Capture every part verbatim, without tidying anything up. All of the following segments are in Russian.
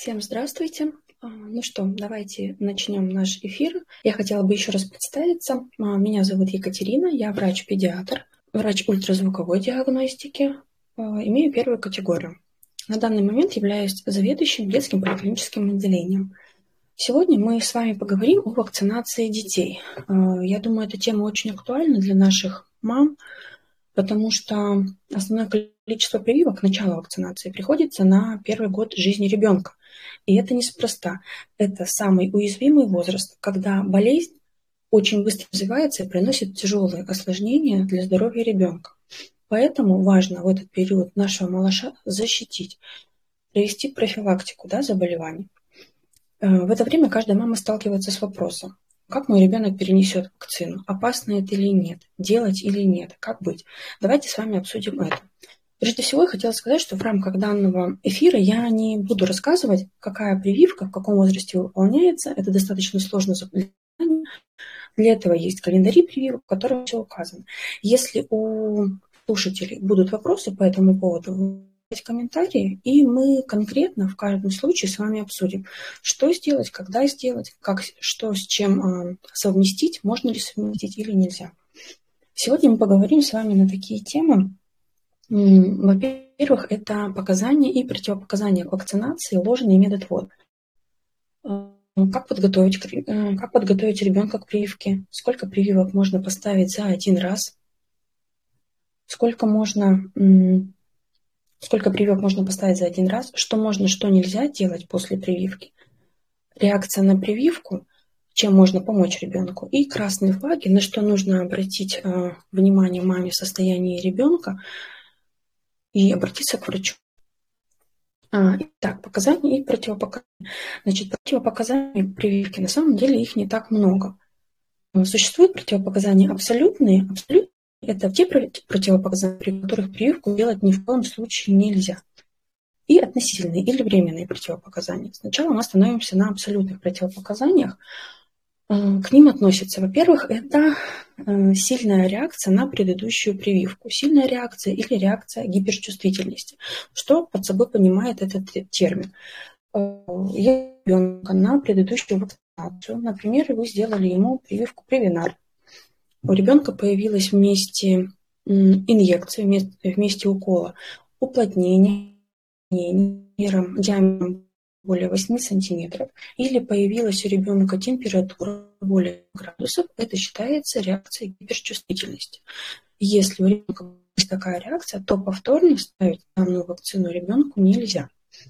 Всем здравствуйте. А, Ну что, давайте начнем наш эфир. Я хотела бы еще раз представиться. А, Меня зовут Екатерина, я врач-педиатр, врач ультразвуковой диагностики, а, имею первую категорию. На данный момент являюсь заведующим детским поликлиническим отделением. Сегодня мы с вами поговорим о вакцинации детей. А, Я думаю, эта тема очень актуальна для наших мам, потому что основное количество прививок, начало вакцинации, приходится на первый год жизни ребенка. И это неспроста. Это самый уязвимый возраст, когда болезнь очень быстро развивается и приносит тяжелые осложнения для здоровья ребенка. Поэтому важно в этот период нашего малыша защитить, провести профилактику, да, заболеваний. В это время каждая мама сталкивается с вопросом: как мой ребенок перенесет вакцину? Опасно это или нет? Делать или нет? Как быть? Давайте с вами обсудим это. Прежде всего, я хотела сказать, что в рамках данного эфира я не буду рассказывать, какая прививка, в каком возрасте выполняется. Это достаточно сложно заболевание. Для этого есть календари прививок, в которых все указано. Если у слушателей будут вопросы по этому поводу, комментарии, и мы конкретно в каждом случае с вами обсудим, что сделать, когда сделать, как, что с чем э, совместить, можно ли совместить или нельзя. Сегодня мы поговорим с вами на такие темы. Во-первых, это показания и противопоказания к вакцинации, ложный метод ввода. Как подготовить, как подготовить ребенка к прививке? Сколько прививок можно поставить за один раз? Сколько можно... Сколько прививок можно поставить за один раз, что можно, что нельзя делать после прививки, реакция на прививку, чем можно помочь ребенку, и красные флаги, на что нужно обратить э, внимание маме в состоянии ребенка и обратиться к врачу. А, итак, показания и противопоказания. Значит, противопоказания прививки, на самом деле их не так много. Существуют противопоказания абсолютные, абсолютные. Это те противопоказания, при которых прививку делать ни в коем случае нельзя. И относительные или временные противопоказания. Сначала мы остановимся на абсолютных противопоказаниях. К ним относятся, во-первых, это сильная реакция на предыдущую прививку. Сильная реакция или реакция гиперчувствительности. Что под собой понимает этот термин? Ребенка на предыдущую вакцинацию, например, вы сделали ему прививку Превинар. У ребенка появилось вместе инъекции, вместе, вместе укола уплотнение диаметром более восьми сантиметров, или появилась у ребенка температура более градусов, это считается реакцией гиперчувствительности. Если у ребенка есть такая реакция, то повторно ставить данную вакцину ребенку нельзя.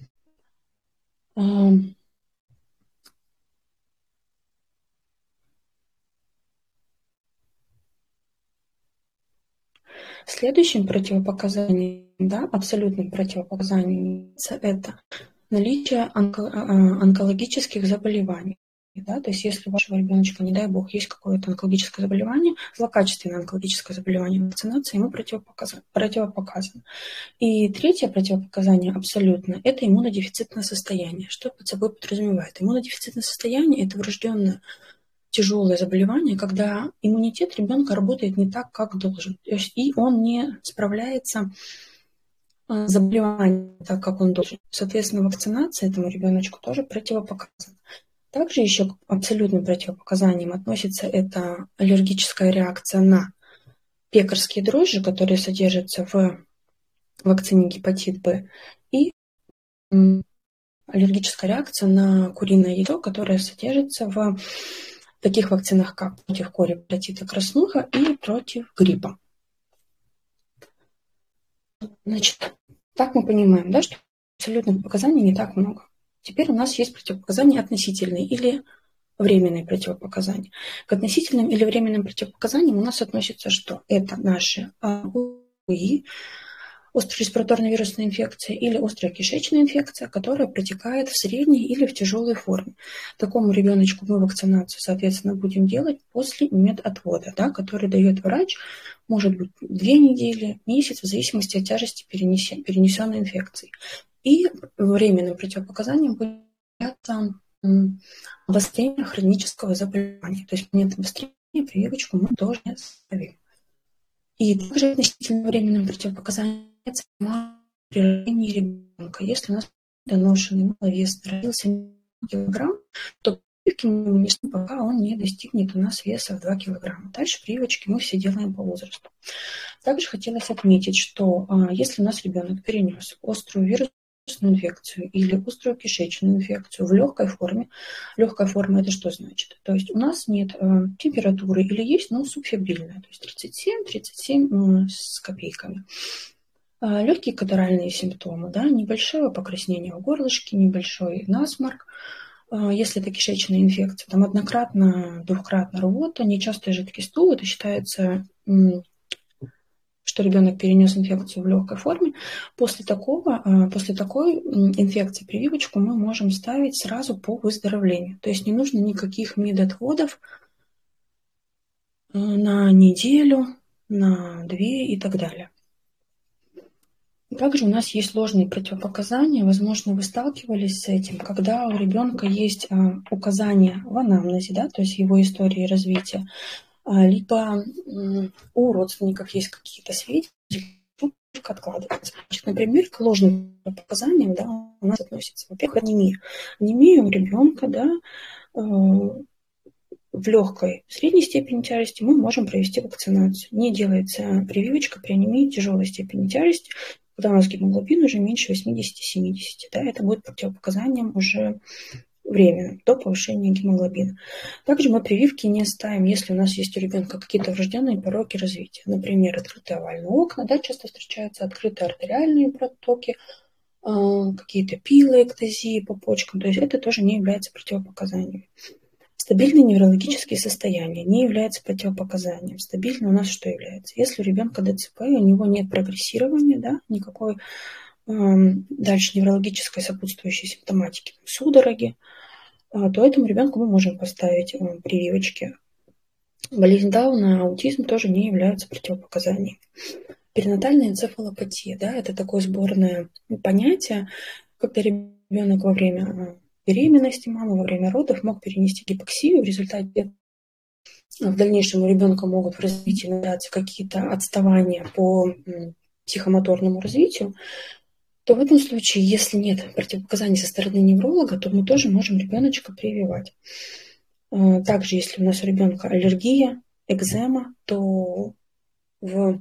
Следующим противопоказанием, да, абсолютным противопоказанием, это наличие онкологических заболеваний. Да, то есть если у вашего ребеночка, не дай бог, есть какое-то онкологическое заболевание, злокачественное онкологическое заболевание, вакцинация ему противопоказана. противопоказана. И третье противопоказание абсолютно – это иммунодефицитное состояние. Что под собой подразумевает? Иммунодефицитное состояние – это врожденное тяжелое заболевание, когда иммунитет ребенка работает не так, как должен. То есть и он не справляется с заболеванием так, как он должен. Соответственно, вакцинация этому ребеночку тоже противопоказана. Также еще к абсолютным противопоказаниям относится это аллергическая реакция на пекарские дрожжи, которые содержатся в вакцине гепатит Б, и аллергическая реакция на куриное яйцо, которое содержится в таких вакцинах, как против кори, гепатита краснуха и против гриппа. Значит, так мы понимаем, да, что абсолютных показаний не так много. Теперь у нас есть противопоказания относительные или временные противопоказания. К относительным или временным противопоказаниям у нас относится что? Это наши ОРВИ, острая респираторная вирусная инфекция или острая кишечная инфекция, которая протекает в средней или в тяжелой форме. Такому ребеночку мы вакцинацию, соответственно, будем делать после медотвода, да, который дает врач, может быть, две недели, месяц, в зависимости от тяжести перенесенной инфекции. И временным противопоказанием будет обострение хронического заболевания. То есть момент обострения прививочку мы тоже не ставим. И также относительно временным противопоказанием при рождении ребенка. Если у нас доношенный, маловесный, родился килограмм, то прививки мы внесем, пока он не достигнет у нас веса в два килограмма. Дальше прививочки мы все делаем по возрасту. Также хотелось отметить, что а, если у нас ребенок перенес острую вирусную инфекцию или острую кишечную инфекцию в легкой форме, легкая форма это что значит? То есть у нас нет а, температуры или есть, но субфебрильная, то есть тридцать семь тридцать семь ну, с копейками. Легкие катаральные симптомы, да, небольшое покраснение в горлышке, небольшой насморк. Если это кишечная инфекция, там однократно, двухкратно рвота, нечастые жидкий стул, это считается, что ребенок перенес инфекцию в легкой форме. После такого, после такой инфекции прививочку мы можем ставить сразу по выздоровлению. То есть не нужно никаких медотводов на неделю, на две и так далее. Также у нас есть ложные противопоказания. Возможно, вы сталкивались с этим, когда у ребенка есть указания в анамнезе, да, то есть его истории развития, либо у родственников есть какие-то сведения, откладывается. Значит, например, к ложным показаниям, да, у нас относится, во-первых, анемия. Анемия у ребенка, да, в легкой, средней степени тяжести мы можем провести вакцинацию. Не делается прививочка при анемии тяжелой степени тяжести, когда у нас гемоглобин уже меньше восемьдесят-семьдесят, да, это будет противопоказанием уже временным, до повышения гемоглобина. Также мы прививки не ставим, если у нас есть у ребенка какие-то врожденные пороки развития. Например, открытые овальные окна, да, часто встречаются открытые артериальные протоки, какие-то пилы, эктазии по почкам, то есть это тоже не является противопоказанием. Стабильные неврологические состояния не являются противопоказанием. Стабильно у нас что является? Если у ребенка ДЦП, у него нет прогрессирования, да, никакой э, дальше неврологической сопутствующей симптоматики, судороги, э, то этому ребенку мы можем поставить э, прививочки. Болезнь Дауна, аутизм тоже не являются противопоказанием. Перинатальная энцефалопатия, да, это такое сборное понятие, когда ребенок во время беременности мамы во время родов мог перенести гипоксию. В результате в дальнейшем у ребенка могут в развитии наблюдаться какие-то отставания по психомоторному развитию, то в этом случае, если нет противопоказаний со стороны невролога, то мы тоже можем ребеночка прививать. Также, если у нас у ребенка аллергия, экзема, то в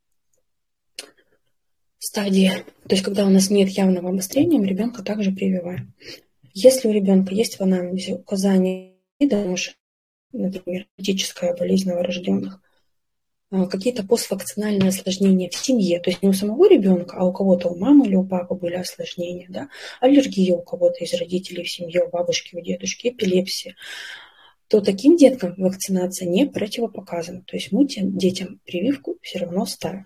стадии, то есть когда у нас нет явного обострения, мы ребенка также прививаем. Если у ребенка есть в анамнезе указания, например, генетическая болезнь новорожденных, какие-то поствакцинальные осложнения в семье, то есть не у самого ребенка, а у кого-то, у мамы или у папы были осложнения, да, аллергия у кого-то из родителей в семье, у бабушки, у дедушки, эпилепсия, то таким деткам вакцинация не противопоказана. То есть мы тем детям прививку все равно ставим.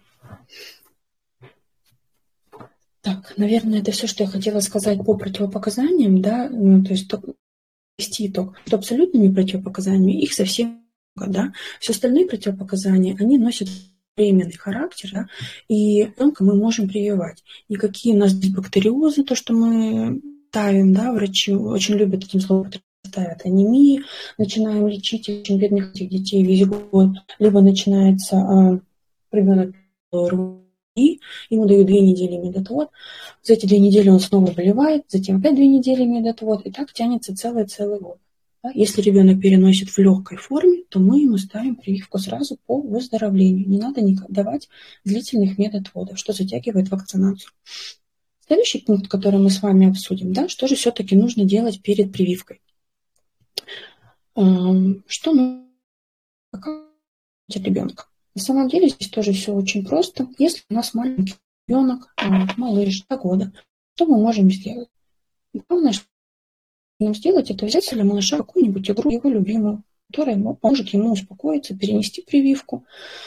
Так, наверное, это все, что я хотела сказать по противопоказаниям, да, ну, то есть вести итог, что абсолютными противопоказаниями их совсем много, да, все остальные противопоказания, они носят временный характер, да, и ребенка мы можем прививать. Никакие у нас бактериозы, то, что мы ставим, да, врачи очень любят этим словом ставят анемии, начинаем лечить очень бедных этих детей весь год, либо начинается а, ребенок и ему дают две недели медотвод, за эти две недели он снова болевает, затем опять две недели медотвод, и так тянется целый-целый год. Да? Если ребенок переносит в легкой форме, то мы ему ставим прививку сразу по выздоровлению. Не надо давать длительных медотводов, что затягивает вакцинацию. Следующий пункт, который мы с вами обсудим, да, что же все-таки нужно делать перед прививкой. Что нужно ребенка? На самом деле здесь тоже все очень просто. Если у нас маленький ребенок, малыш, два года, что мы можем сделать? Главное, что нам сделать, это взять для малыша какую-нибудь игру, его любимую, которая поможет ему успокоиться, перенести прививку,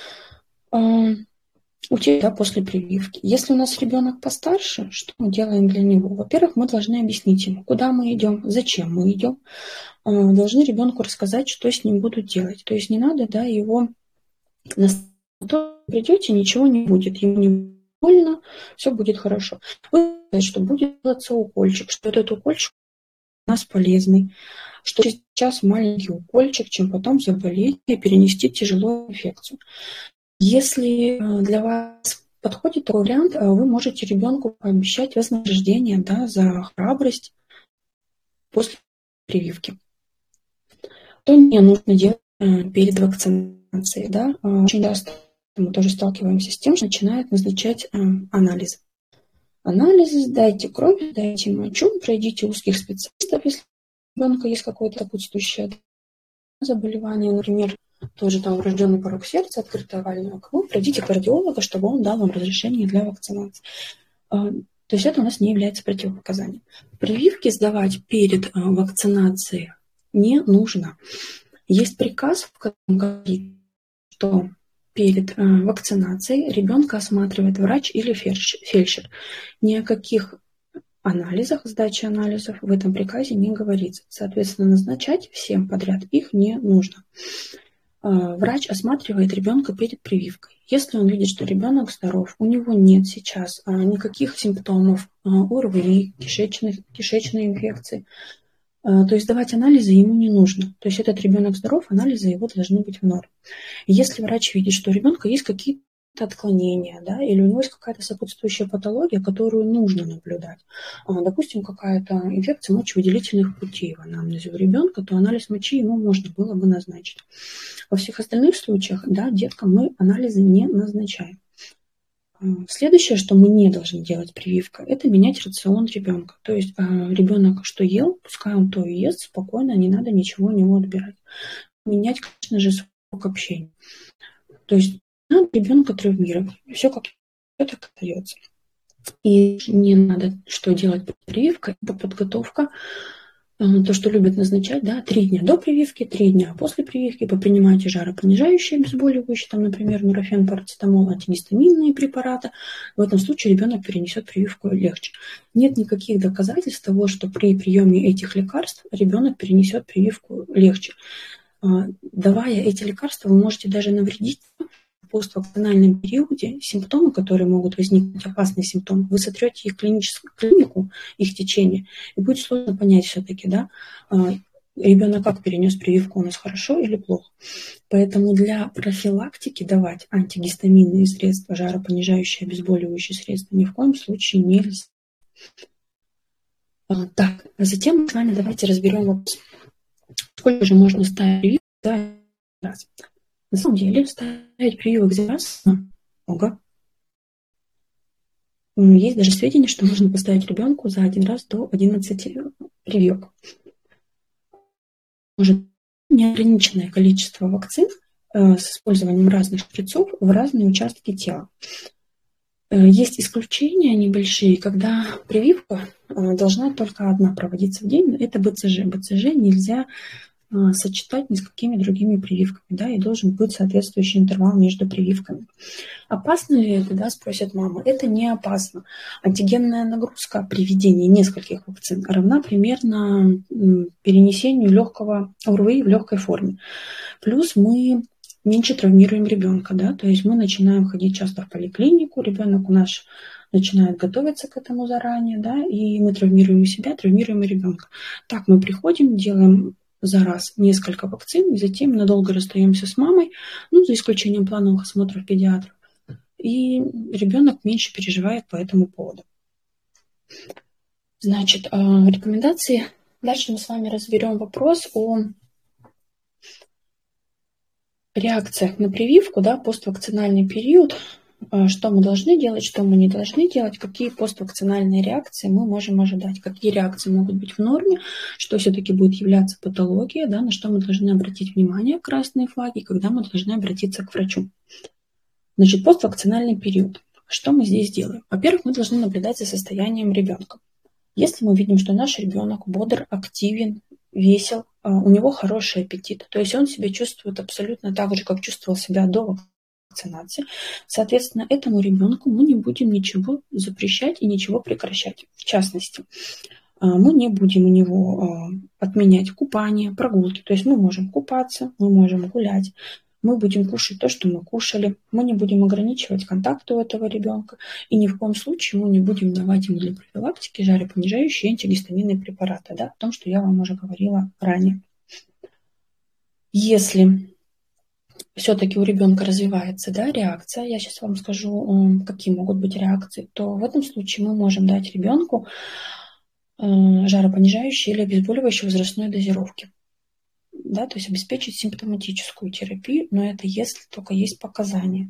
уйти, да, после прививки. Если у нас ребенок постарше, что мы делаем для него? Во-первых, мы должны объяснить ему, куда мы идем, зачем мы идем. Должны ребенку рассказать, что с ним будут делать. То есть не надо, да, его на то придете, ничего не будет, ему не больно, все будет хорошо. Вы знаете, что будет делаться укольчик, что этот укольчик у нас полезный, что сейчас маленький укольчик, чем потом заболеть и перенести тяжелую инфекцию. Если для вас подходит такой вариант, вы можете ребенку пообещать вознаграждение, да, за храбрость после прививки. Что не нужно делать перед вакцинацией, да? Очень часто мы тоже сталкиваемся с тем, что начинают назначать анализы. Анализы, сдайте кровь, сдайте мочу, пройдите узких специалистов, если у ребенка есть какое-то сопутствующее заболевание, например, тоже там врожденный порок сердца, открытая овальная кровь, пройдите кардиолога, чтобы он дал вам разрешение для вакцинации. То есть это у нас не является противопоказанием. Прививки сдавать перед вакцинацией не нужно. Есть приказ, в котором говорит, что перед вакцинацией ребенка осматривает врач или фельдшер. Ни о каких анализах, сдаче анализов в этом приказе не говорится. Соответственно, назначать всем подряд их не нужно. Врач осматривает ребенка перед прививкой. Если он видит, что ребенок здоров, у него нет сейчас никаких симптомов ОРВИ, кишечной, кишечной инфекции, то есть давать анализы ему не нужно. То есть этот ребенок здоров, анализы его должны быть в норме. Если врач видит, что у ребенка есть какие-то отклонения, да, или у него есть какая-то сопутствующая патология, которую нужно наблюдать, допустим, какая-то инфекция мочевыделительных путей в анамнезе у ребенка, то анализ мочи ему можно было бы назначить. Во всех остальных случаях, да, деткам мы анализы не назначаем. Следующее, что мы не должны делать прививка, это менять рацион ребенка. То есть ребенок что ел, пускай он то и ест, спокойно, не надо ничего у него отбирать. Менять, конечно же, срок общения. То есть надо ребенка травмировать. Все как все так остается. И не надо что делать при прививке, это подготовка. То, что любят назначать, да, три дня до прививки, три дня после прививки, попринимайте жаропонижающие, обезболивающие, там, например, нурофен, парацетамол, антигистаминные препараты. В этом случае ребенок перенесет прививку легче. Нет никаких доказательств того, что при приеме этих лекарств ребенок перенесет прививку легче. Давая эти лекарства, вы можете даже навредить в поствакцинальном периоде. Симптомы, которые могут возникнуть, опасные симптомы, вы сотрете их клиническую клинику, их течение, и будет сложно понять все-таки, да, ребенок как перенес прививку у нас, хорошо или плохо. Поэтому для профилактики давать антигистаминные средства, жаропонижающие, обезболивающие средства ни в коем случае нельзя. Так, а затем мы с вами давайте разберем вопрос, сколько же можно ставить прививку за раз. На самом деле ставить прививок за раз много. Есть даже сведения, что можно поставить ребенку за один раз до одиннадцати прививок. Может неограниченное количество вакцин э, с использованием разных шприцов в разные участки тела. Э, есть исключения небольшие, когда прививка э, должна только одна проводиться в день. Это БЦЖ. БЦЖ нельзя сочетать ни с какими другими прививками, да, и должен быть соответствующий интервал между прививками. Опасно ли это, да, спросят мамы. Это не опасно. Антигенная нагрузка при введении нескольких вакцин равна примерно перенесению легкого ОРВИ в легкой форме. Плюс мы меньше травмируем ребенка, да, то есть мы начинаем ходить часто в поликлинику, ребенок у нас начинает готовиться к этому заранее, да, и мы травмируем себя, травмируем и ребенка. Так мы приходим, делаем за раз несколько вакцин, и затем надолго расстаемся с мамой, ну, за исключением плановых осмотров педиатра. И ребенок меньше переживает по этому поводу. Значит, рекомендации. Дальше мы с вами разберем вопрос о реакциях на прививку, да, поствакцинальный период. Что мы должны делать, что мы не должны делать, какие поствакцинальные реакции мы можем ожидать, какие реакции могут быть в норме, что все-таки будет являться патологией, да, на что мы должны обратить внимание, красные флаги, когда мы должны обратиться к врачу. Значит, поствакцинальный период. Что мы здесь делаем? Во-первых, мы должны наблюдать за состоянием ребенка. Если мы видим, что наш ребенок бодр, активен, весел, у него хороший аппетит, то есть он себя чувствует абсолютно так же, как чувствовал себя до вакцинации, вакцинации. Соответственно, этому ребенку мы не будем ничего запрещать и ничего прекращать. В частности, мы не будем у него отменять купание, прогулки. То есть мы можем купаться, мы можем гулять, мы будем кушать то, что мы кушали, мы не будем ограничивать контакты у этого ребенка, и ни в коем случае мы не будем давать ему для профилактики жаропонижающие антигистаминные препараты, да, о том, что я вам уже говорила ранее. Если все-таки у ребенка развивается, да, реакция, я сейчас вам скажу, какие могут быть реакции, то в этом случае мы можем дать ребенку жаропонижающие или обезболивающие возрастной дозировки. Да, то есть обеспечить симптоматическую терапию, но это если только есть показания.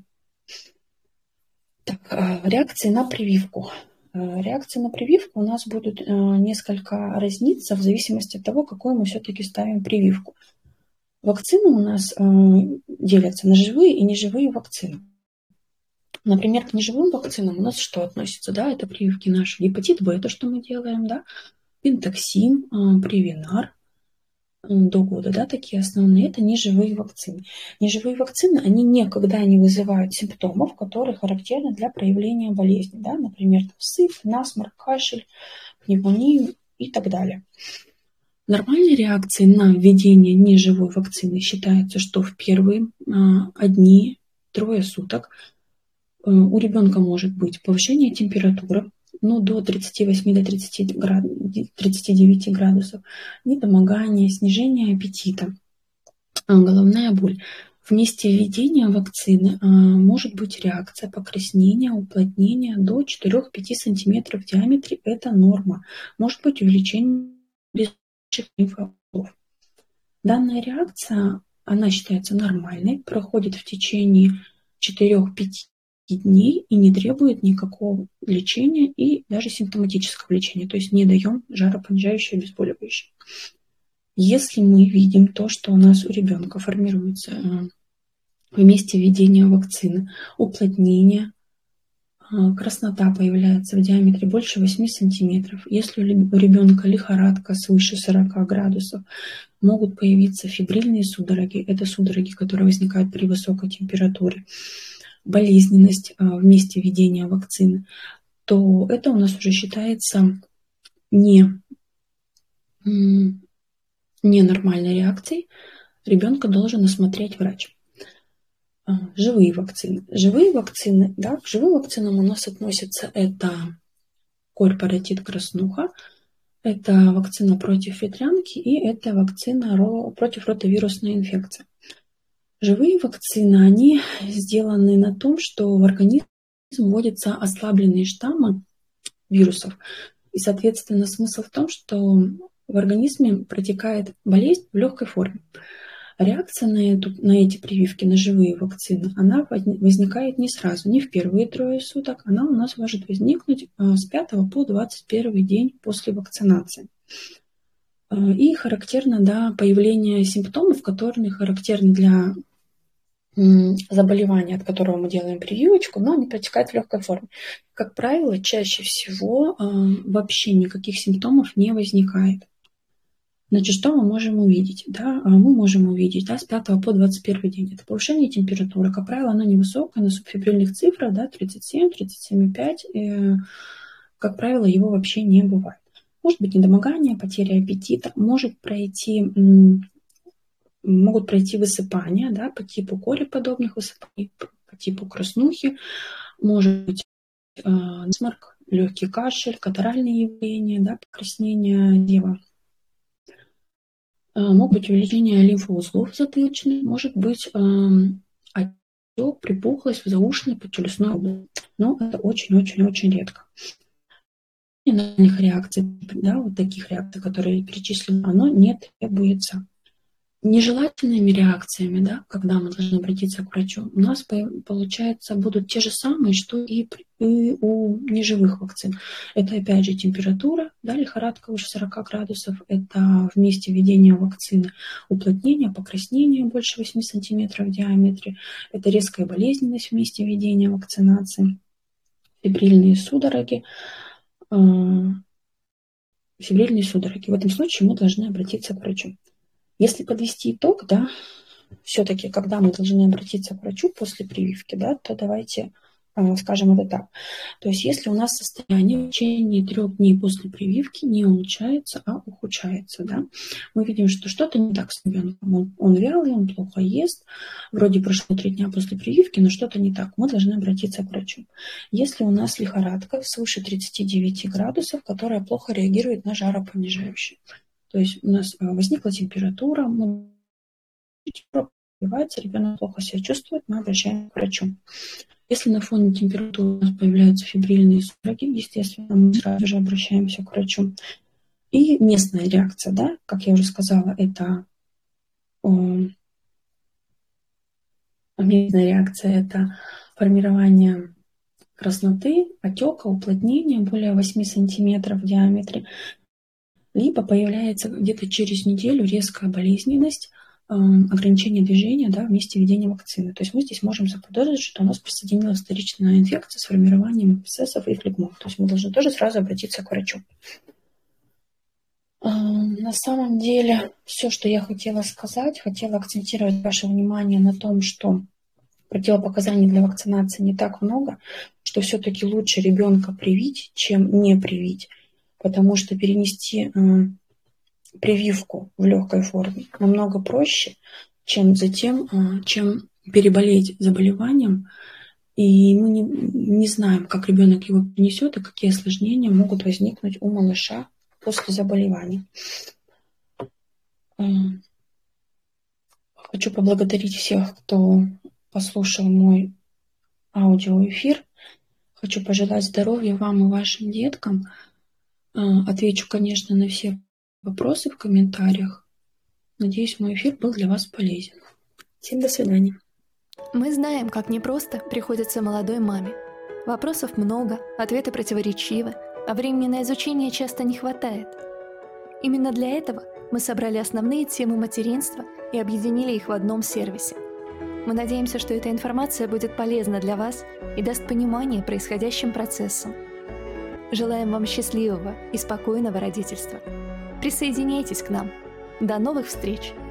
Так, реакции на прививку. Реакции на прививку у нас будут несколько разниться в зависимости от того, какую мы все-таки ставим прививку. Вакцины у нас делятся на живые и неживые вакцины. Например, к неживым вакцинам у нас что относится? Да, это прививки наши. Гепатит Б, это что мы делаем, да? Пентоксин, Превинар, до года, да, такие основные, это неживые вакцины. Неживые вакцины, они никогда не вызывают симптомов, которые характерны для проявления болезни, да, например, сыпь, насморк, кашель, пневмонию и так далее. Нормальной реакцией на введение неживой вакцины считается, что в первые одни-трое суток у ребенка может быть повышение температуры, ну, до тридцати восьми до тридцати девяти градусов, недомогание, снижение аппетита, головная боль. В месте введения вакцины а, может быть реакция покраснения, уплотнения до четырёх-пяти сантиметров в диаметре. Это норма. Может быть увеличение лимфоузлов. Данная реакция, она считается нормальной, проходит в течение четырёх-пяти дней и не требует никакого лечения и даже симптоматического лечения, то есть не даем жаропонижающее, обезболивающее. Если мы видим то, что у нас у ребенка формируется в месте введения вакцины уплотнение, краснота появляется в диаметре больше восьми сантиметров, если у ребенка лихорадка свыше сорока градусов, могут появиться фибрильные судороги, это судороги, которые возникают при высокой температуре, болезненность в месте введения вакцины, то это у нас уже считается не, не нормальной реакцией. Ребенка должен осмотреть врач. Живые вакцины. Живые вакцины, да, к живым вакцинам у нас относятся это корь-паротит краснуха, это вакцина против ветрянки и это вакцина против ротавирусной инфекции. Живые вакцины, они сделаны на том, что в организм вводятся ослабленные штаммы вирусов. И, соответственно, смысл в том, что в организме протекает болезнь в легкой форме. Реакция на, эту, на эти прививки, на живые вакцины, она возникает не сразу, не в первые трое суток. Она у нас может возникнуть с пятого по двадцать первый день после вакцинации. И характерно, да, появление симптомов, которые характерны для заболевания, от которого мы делаем прививочку, но они протекают в легкой форме. Как правило, чаще всего вообще никаких симптомов не возникает. Значит, что мы можем увидеть? Да, мы можем увидеть, да, с пятого по двадцать первый день. Это повышение температуры. Как правило, она невысокая, на субфибрильных цифрах, да, тридцать семь — тридцать семь и пять. И, как правило, его вообще не бывает. Может быть недомогание, потеря аппетита, может пройти, могут пройти высыпания, да, по типу кореподобных высыпаний, по типу краснухи, может быть насморк, легкий кашель, катаральные явления, да, покраснение дева. Могут быть увеличение лимфоузлов затылочных, может быть отек, припухлость в заушной подчелюстной области. Но это очень-очень-очень редко. Нормальных реакций, да, вот таких реакций, которые перечислены, оно не требуется. Нежелательными реакциями, да, когда мы должны обратиться к врачу, у нас, получается, будут те же самые, что и, и у неживых вакцин. Это, опять же, температура, да, лихорадка выше сорока градусов, это в месте введения вакцины уплотнение, покраснение больше восьми сантиметров в диаметре, это резкая болезненность в месте введения вакцинации, фибрильные судороги, фибрильные судороги. В этом случае мы должны обратиться к врачу. Если подвести итог, да, все-таки, когда мы должны обратиться к врачу после прививки, да, то давайте э, скажем это так. То есть, если у нас состояние в течение трех дней после прививки не улучшается, а ухудшается, да, мы видим, что что-то не так с ребенком. Он, он вялый, он плохо ест, вроде прошло три дня после прививки, но что-то не так. Мы должны обратиться к врачу. Если у нас лихорадка свыше тридцати девяти градусов, которая плохо реагирует на жаропонижающее. То есть у нас возникла температура, мы развивается, ребенок плохо себя чувствует, мы обращаемся к врачу. Если на фоне температуры у нас появляются фибрильные судороги, естественно, мы сразу же обращаемся к врачу. И местная реакция, да, как я уже сказала, это э, местная реакция это формирование красноты, отека, уплотнения более восьми сантиметров в диаметре, либо появляется где-то через неделю резкая болезненность, э, ограничение движения, да, в месте введения вакцины. То есть мы здесь можем заподозрить, что у нас присоединилась вторичная инфекция с формированием абсцессов и флегмов. То есть мы должны тоже сразу обратиться к врачу. Э, на самом деле, все, что я хотела сказать, хотела акцентировать ваше внимание на том, что противопоказаний для вакцинации не так много, что все-таки лучше ребенка привить, чем не привить, потому что перенести э, прививку в легкой форме намного проще, чем затем, э, чем переболеть заболеванием, и мы не, не знаем, как ребенок его перенесет и какие осложнения могут возникнуть у малыша после заболевания. Э, хочу поблагодарить всех, кто послушал мой аудиоэфир. Хочу пожелать здоровья вам и вашим деткам. Отвечу, конечно, на все вопросы в комментариях. Надеюсь, мой эфир был для вас полезен. Всем до свидания. Мы знаем, как непросто приходится молодой маме. Вопросов много, ответы противоречивы, а времени на изучение часто не хватает. Именно для этого мы собрали основные темы материнства и объединили их в одном сервисе. Мы надеемся, что эта информация будет полезна для вас и даст понимание происходящим процессам. Желаем вам счастливого и спокойного родительства. Присоединяйтесь к нам. До новых встреч!